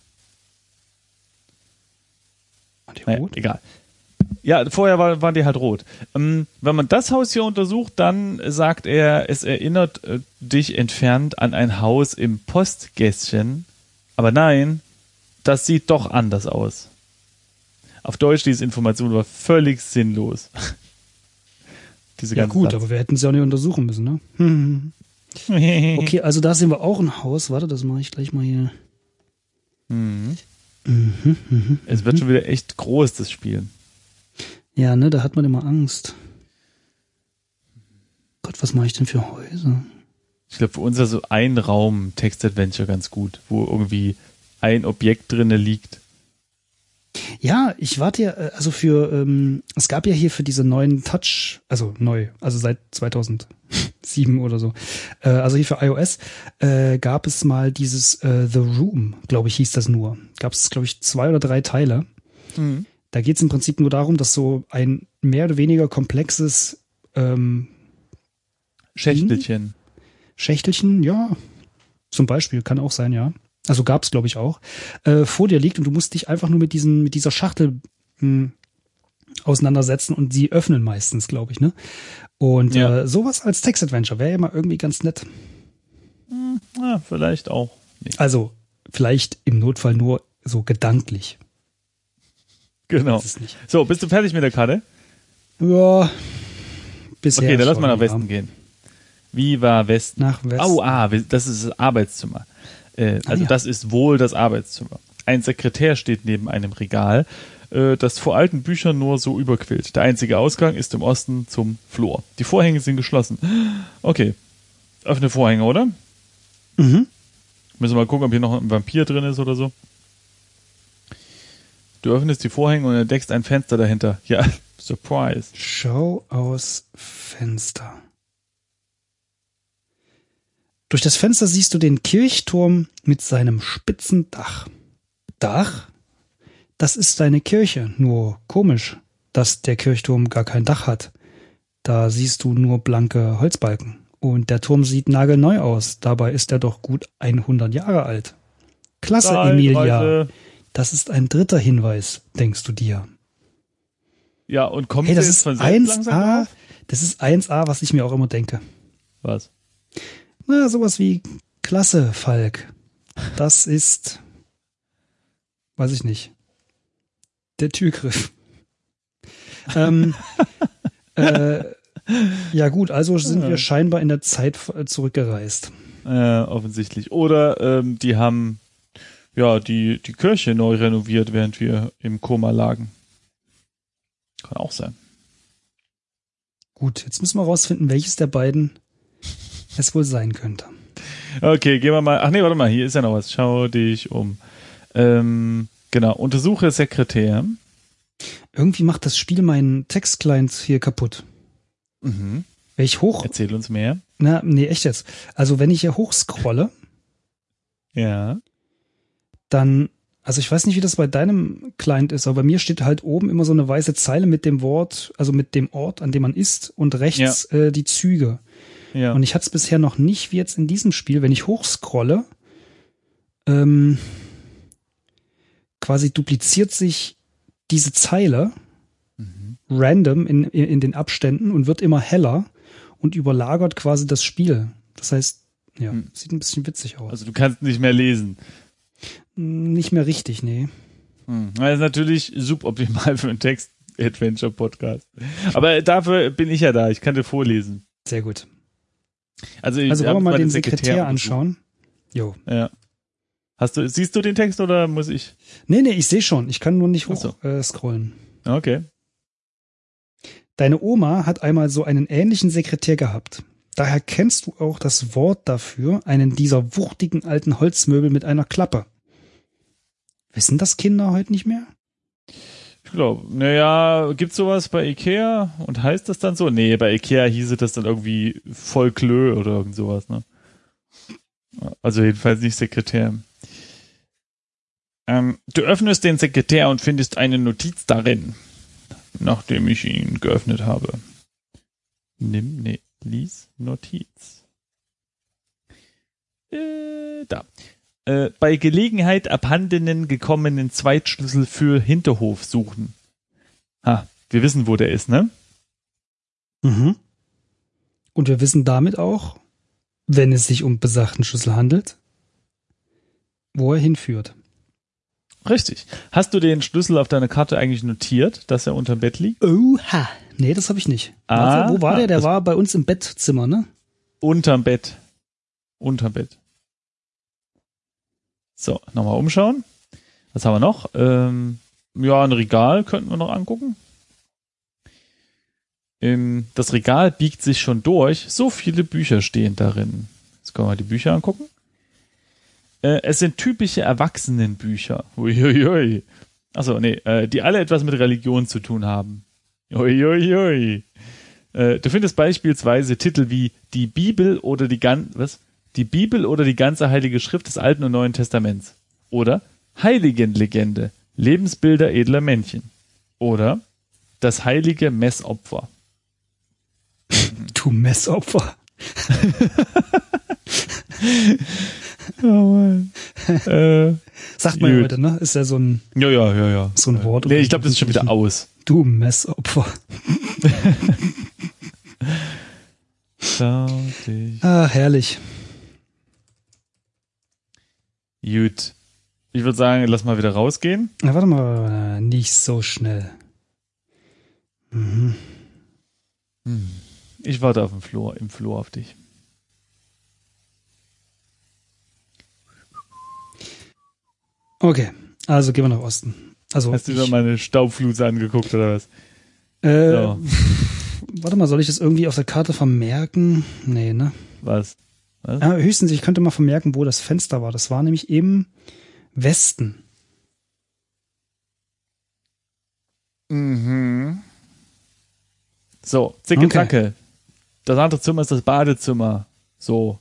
waren die Naja, rot? egal. Ja, vorher war, waren die halt rot. Ähm, wenn man das Haus hier untersucht, dann sagt er, es erinnert äh, dich entfernt an ein Haus im Postgässchen. Aber nein, das sieht doch anders aus. Auf Deutsch, diese Information war völlig sinnlos. Diese Ja ganze gut, Satz. aber wir hätten sie auch nicht untersuchen müssen, ne? Hm. Okay, also da sehen wir auch ein Haus. Warte, das mache ich gleich mal hier. Mhm. Mhm, mhm. Es wird schon wieder echt groß, das Spiel. Ja, ne, da hat man immer Angst. Gott, was mache ich denn für Häuser? Ich glaube, für uns ist so ein Raum Text-Adventure ganz gut, wo irgendwie ein Objekt drinne liegt. Ja, ich warte ja, äh, also für, ähm, es gab ja hier für diese neuen Touch, also neu, also seit zweitausendsieben oder so, äh, also hier für iOS, äh, gab es mal dieses äh, The Room, glaube ich, hieß das nur. Gab es, glaube ich, zwei oder drei Teile. Mhm. Da geht es im Prinzip nur darum, dass so ein mehr oder weniger komplexes ähm, Schächtelchen. Schächtelchen, ja, zum Beispiel, kann auch sein, ja. Also gab es, glaube ich, auch, äh, vor dir liegt und du musst dich einfach nur mit diesen, mit dieser Schachtel mh, auseinandersetzen und sie öffnen meistens, glaube ich, ne? Und Ja. äh, sowas als Text-Adventure wäre ja mal irgendwie ganz nett. Hm, ja, vielleicht auch. nicht. Also vielleicht im Notfall nur so gedanklich. Genau. Das ist nicht. So, bist du fertig mit der Karte? Ja, bisher Okay, dann lass schon, mal nach ja. Westen gehen. Viva Westen. Nach Westen. Au, ah, das ist das Arbeitszimmer. Äh, Ah, also ja. das ist wohl das Arbeitszimmer. Ein Sekretär steht neben einem Regal, äh, das vor alten Büchern nur so überquillt. Der einzige Ausgang ist im Osten zum Flur. Die Vorhänge sind geschlossen. Okay. Öffne Vorhänge, oder? Mhm. Müssen wir mal gucken, ob hier noch ein Vampir drin ist oder so. Du öffnest die Vorhänge und entdeckst ein Fenster dahinter. Ja, Surprise. Schau aus Fenster. Durch das Fenster siehst du den Kirchturm mit seinem spitzen Dach. Dach? Das ist deine Kirche. Nur komisch, dass der Kirchturm gar kein Dach hat. Da siehst du nur blanke Holzbalken. Und der Turm sieht nagelneu aus. Dabei ist er doch gut hundert Jahre alt. Klasse, Drei, Emilia. Reise. Das ist ein dritter Hinweis, denkst du dir. Ja, und kommt Hey, das sie jetzt ist von selbst eins langsam A. drauf? Das ist eins A, was ich mir auch immer denke. Was? Na, sowas wie Klasse, Falk. Das ist, weiß ich nicht, der Türgriff. ähm, äh, ja gut, also sind wir scheinbar in der Zeit zurückgereist. Äh, offensichtlich. Oder ähm, die haben ja die, die Kirche neu renoviert, während wir im Koma lagen. Kann auch sein. Gut, jetzt müssen wir rausfinden, welches der beiden es wohl sein könnte. Okay, gehen wir mal. Ach nee, warte mal, hier ist ja noch was. Schau dich um. Ähm, genau, untersuche Sekretär. Irgendwie macht das Spiel meinen Textclient hier kaputt. Mhm. Wenn ich hoch... Erzähl uns mehr. Na, nee, echt jetzt. Also wenn ich hier hochscrolle, Ja. dann... Also ich weiß nicht, wie das bei deinem Client ist, aber bei mir steht halt oben immer so eine weiße Zeile mit dem Wort, also mit dem Ort, an dem man ist und rechts ja. äh, die Züge. Ja. Und ich hatte es bisher noch nicht, wie jetzt in diesem Spiel, wenn ich hochscrolle, ähm, quasi dupliziert sich diese Zeile mhm. random in, in, in den Abständen und wird immer heller und überlagert quasi das Spiel. Das heißt, ja, mhm. sieht ein bisschen witzig aus. Also du kannst nicht mehr lesen. Nicht mehr richtig, nee. Hm. Das ist natürlich suboptimal für einen Text-Adventure-Podcast. Aber dafür bin ich ja da. Ich kann dir vorlesen. Sehr gut. Also, also wollen wir mal den Sekretär, Sekretär anschauen? Jo. Ja. Hast du, siehst du den Text oder muss ich? Nee, nee, ich sehe schon. Ich kann nur nicht hoch so. äh, scrollen. Okay. Deine Oma hat einmal so einen ähnlichen Sekretär gehabt. Daher kennst du auch das Wort dafür, einen dieser wuchtigen alten Holzmöbel mit einer Klappe. Wissen das Kinder heute nicht mehr? Ich glaube, naja, gibt's sowas bei Ikea und heißt das dann so? Nee, bei Ikea hieße das dann irgendwie Vollklö oder irgend sowas, ne? Also jedenfalls nicht Sekretär. Ähm, du öffnest den Sekretär und findest eine Notiz darin, nachdem ich ihn geöffnet habe. Nimm, nee, lies Notiz. Äh, da. Bei Gelegenheit abhandenen gekommenen Zweitschlüssel für Hinterhof suchen. Ha, wir wissen, wo der ist, ne? Mhm. Und wir wissen damit auch, wenn es sich um besagten Schlüssel handelt, wo er hinführt. Richtig. Hast du den Schlüssel auf deiner Karte eigentlich notiert, dass er unterm Bett liegt? Oha. Nee, das habe ich nicht. Ah, Warte, wo war der? Der war bei uns im Bettzimmer, ne? Unterm Bett. Unterm Bett. So, nochmal umschauen. Was haben wir noch? Ähm, ja, ein Regal könnten wir noch angucken. Ähm, das Regal biegt sich schon durch. So viele Bücher stehen darin. Jetzt können wir mal die Bücher angucken. Äh, es sind typische Erwachsenenbücher. Uiuiui. Achso, nee, äh, die alle etwas mit Religion zu tun haben. Uiuiui. Äh, du findest beispielsweise Titel wie Die Bibel oder die ganze, was? Die Bibel oder die ganze Heilige Schrift des Alten und Neuen Testaments. Oder Heiligenlegende, Lebensbilder edler Männchen. Oder das heilige Messopfer. Du Messopfer. Oh Mann. äh, Sagt man ja heute, ne? Ist ja so ein, ja, ja, ja, ja. so ein Wort. Nee, ich glaube, das ist schon wieder aus. Du Messopfer. Schau dich. Ah, herrlich. Gut. Ich würde sagen, lass mal wieder rausgehen. Na, warte mal, nicht so schnell. Mhm. Ich warte auf dem Flur, im Flur auf dich. Okay, also gehen wir nach Osten. Also hast du dir meine Staubfluse angeguckt oder was? Äh, so. Warte mal, soll ich das irgendwie auf der Karte vermerken? Nee, ne? Was? Was? Ja, höchstens, ich könnte mal vermerken, wo das Fenster war. Das war nämlich im Westen. Mhm. So, zicke okay. Zacke. Das andere Zimmer ist das Badezimmer. So.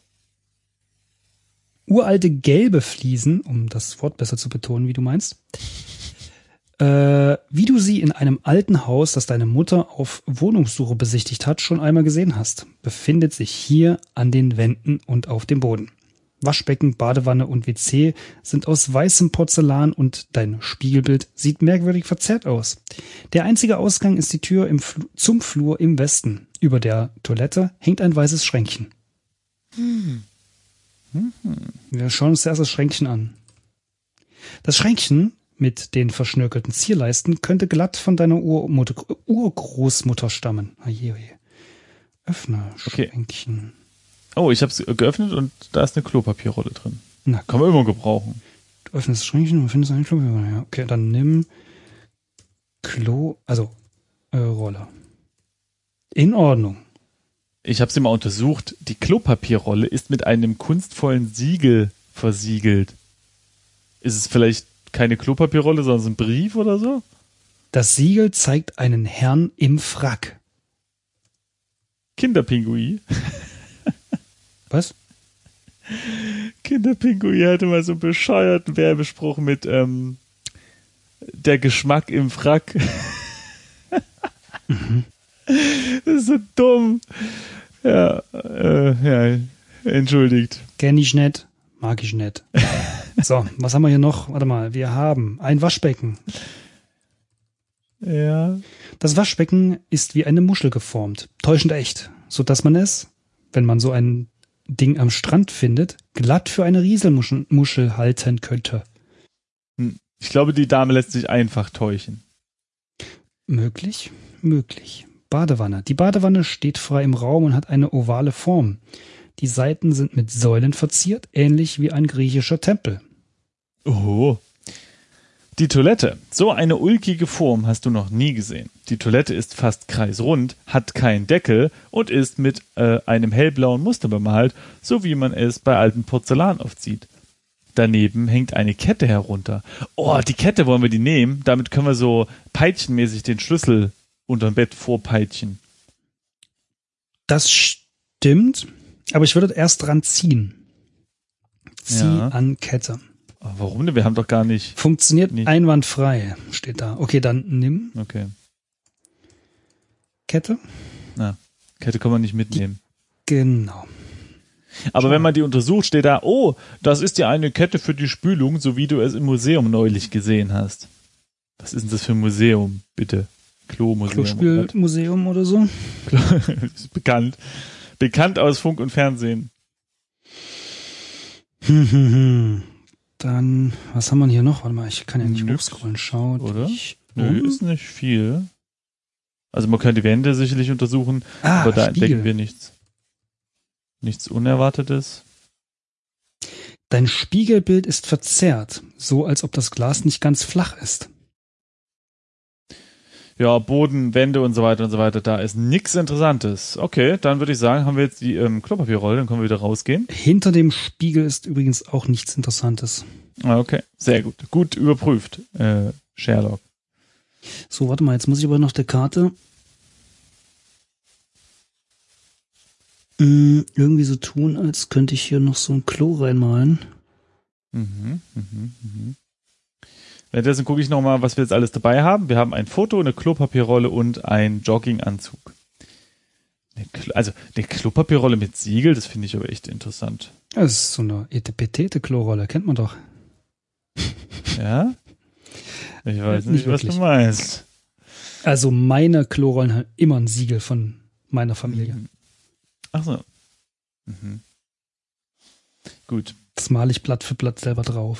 Uralte gelbe Fliesen, um das Wort besser zu betonen, wie du meinst. Äh, wie du sie in einem alten Haus, das deine Mutter auf Wohnungssuche besichtigt hat, schon einmal gesehen hast, befindet sich hier an den Wänden und auf dem Boden. Waschbecken, Badewanne und W C sind aus weißem Porzellan und dein Spiegelbild sieht merkwürdig verzerrt aus. Der einzige Ausgang ist die Tür im Fl- zum Flur im Westen. Über der Toilette hängt ein weißes Schränkchen. Hm. Hm. Wir schauen uns zuerst das Schränkchen an. Das Schränkchen mit den verschnörkelten Zierleisten könnte glatt von deiner Urmutter, Urgroßmutter stammen. Oje, oje. Öffne Schränkchen. Okay. Oh, ich habe es geöffnet und da ist eine Klopapierrolle drin. Na, kann man immer gebrauchen. Du öffnest das Schränkchen und findest eine Klopapierrolle. Ja, okay, dann nimm Klo, also äh, Rolle. In Ordnung. Ich habe sie mal untersucht. Die Klopapierrolle ist mit einem kunstvollen Siegel versiegelt. Ist es vielleicht keine Klopapierrolle, sondern ein Brief oder so? Das Siegel zeigt einen Herrn im Frack. Kinderpingui. Was? Kinderpingui hatte mal so einen bescheuerten Werbespruch mit ähm, der Geschmack im Frack. Mhm. Das ist so dumm. Ja, äh, ja, entschuldigt. Kenn ich nicht, mag ich nicht. So, was haben wir hier noch? Warte mal, wir haben ein Waschbecken. Ja. Das Waschbecken ist wie eine Muschel geformt, täuschend echt, so dass man es, wenn man so ein Ding am Strand findet, glatt für eine Rieselmuschel Muschel halten könnte. Ich glaube, die Dame lässt sich einfach täuschen. Möglich, möglich. Badewanne. Die Badewanne steht frei im Raum und hat eine ovale Form. Die Seiten sind mit Säulen verziert, ähnlich wie ein griechischer Tempel. Oh. Die Toilette. So eine ulkige Form hast du noch nie gesehen. Die Toilette ist fast kreisrund, hat keinen Deckel und ist mit äh, einem hellblauen Muster bemalt, so wie man es bei altem Porzellan oft sieht. Daneben hängt eine Kette herunter. Oh, die Kette wollen wir die nehmen. Damit können wir so peitschenmäßig den Schlüssel unterm Bett vorpeitschen. Das stimmt, aber ich würde erst dran ziehen. Zieh Ja. an Kette. Oh, warum denn? Wir haben doch gar nicht... Funktioniert nicht. einwandfrei, steht da. Okay, dann nimm Okay. Kette. Na, Kette kann man nicht mitnehmen. Genau. Aber wenn man die untersucht, steht da, oh, das ist ja eine Kette für die Spülung, so wie du es im Museum neulich gesehen hast. Was ist denn das für ein Museum, bitte? Klo-Museum. Klospülmuseum oder so. Ist bekannt. Bekannt aus Funk und Fernsehen. Hm, hm, hm. Dann, was haben wir hier noch? Warte mal, ich kann ja nicht Nix, hochscrollen. Schaut oder? ich Nö, um. ist nicht viel. Also man könnte die Wände sicherlich untersuchen, Ah, aber da Spiegel. entdecken wir nichts. Nichts Unerwartetes. Dein Spiegelbild ist verzerrt, so als ob das Glas nicht ganz flach ist. Ja, Boden, Wände und so weiter und so weiter, da ist nichts Interessantes. Okay, dann würde ich sagen, haben wir jetzt die ähm, Klopapierrolle, dann können wir wieder rausgehen. Hinter dem Spiegel ist übrigens auch nichts Interessantes. Ah, okay, sehr gut. Gut überprüft, äh, Sherlock. So, warte mal, jetzt muss ich aber noch der Karte mh, irgendwie so tun, als könnte ich hier noch so ein Klo reinmalen. Mhm, mhm, mhm. Währenddessen gucke ich nochmal, was wir jetzt alles dabei haben. Wir haben ein Foto, eine Klopapierrolle und einen Jogginganzug. Eine Klo- Also eine Klopapierrolle mit Siegel, das finde ich aber echt interessant. Das ist so eine Etepetete-Klorolle, kennt man doch. Ja? Ich weiß Nicht nicht, was wirklich. du meinst. Also meine Klorollen haben immer ein Siegel von meiner Familie. Ach so. Mhm. Gut. Das male ich Blatt für Blatt selber drauf.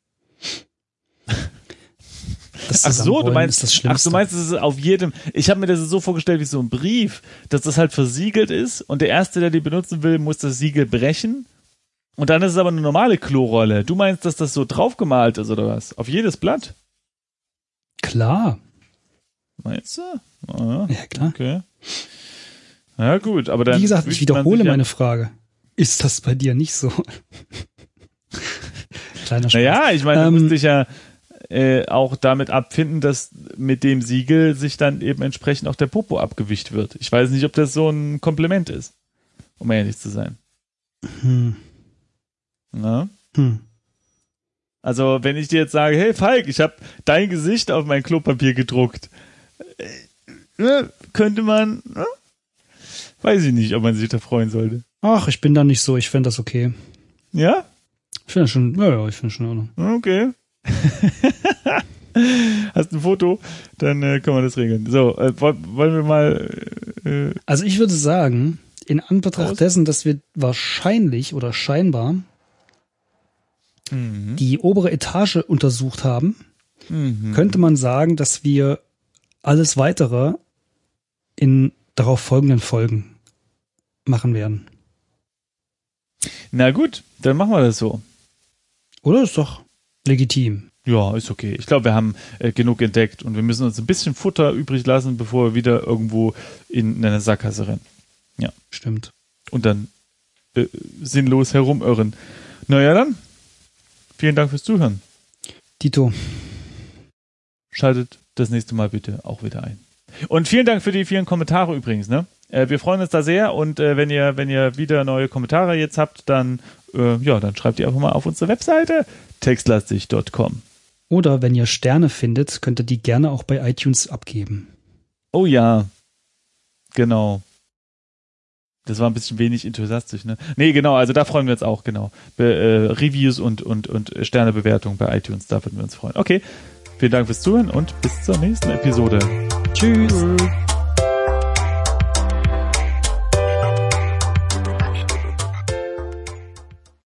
Das Ach so, du Zusammenrollen meinst, ist das ach, Schlimmste. du meinst, es ist auf jedem, ich habe mir das so vorgestellt wie so ein Brief, dass das halt versiegelt ist und der Erste, der die benutzen will, muss das Siegel brechen und dann ist es aber eine normale Klorolle. Du meinst, dass das so draufgemalt ist oder was? Auf jedes Blatt? Klar. Meinst du? Ah, Ja, klar. okay. Ja gut, aber dann... Wie gesagt, ich wünscht man wiederhole sich ja- meine Frage. Ist das bei dir nicht so? Kleiner Spaß. Naja, ich meine, du Ähm, musst dich ja äh, auch damit abfinden, dass mit dem Siegel sich dann eben entsprechend auch der Popo abgewischt wird. Ich weiß nicht, ob das so ein Kompliment ist, um ehrlich zu sein. Hm. Na? Hm. Also, wenn ich dir jetzt sage, hey Falk, ich habe dein Gesicht auf mein Klopapier gedruckt, äh, äh, könnte man, äh, weiß ich nicht, ob man sich da freuen sollte. Ach, ich bin da nicht so. Ich finde das okay. Ja? Ich finde das schon, ja, ja, ich finde schon in Ordnung. Okay. Hast ein Foto? Dann äh, können wir das regeln. So, äh, woll- wollen wir mal äh, Also ich würde sagen, in Anbetracht Aus- dessen, dass wir wahrscheinlich oder scheinbar mhm. die obere Etage untersucht haben, Mhm. könnte man sagen, dass wir alles weitere in darauf folgenden Folgen machen werden. Na gut, dann machen wir das so. Oder? Ist doch legitim. Ja, ist okay. Ich glaube, wir haben äh, genug entdeckt und wir müssen uns ein bisschen Futter übrig lassen, bevor wir wieder irgendwo in eine Sackgasse rennen. Ja. Stimmt. Und dann äh, sinnlos herumirren. Naja dann, vielen Dank fürs Zuhören. Dito. Schaltet das nächste Mal bitte auch wieder ein. Und vielen Dank für die vielen Kommentare übrigens, ne? Äh, wir freuen uns da sehr und äh, wenn ihr wenn ihr wieder neue Kommentare jetzt habt, dann äh, ja, dann schreibt ihr einfach mal auf unsere Webseite textlastig punkt com. Oder wenn ihr Sterne findet, könnt ihr die gerne auch bei iTunes abgeben. Oh ja, genau. Das war ein bisschen wenig enthusiastisch, ne? Nee, genau, also da freuen wir uns auch, genau. Be- äh, Reviews und, und, und Sternebewertung bei iTunes, da würden wir uns freuen. Okay, vielen Dank fürs Zuhören und bis zur nächsten Episode. Tschüss.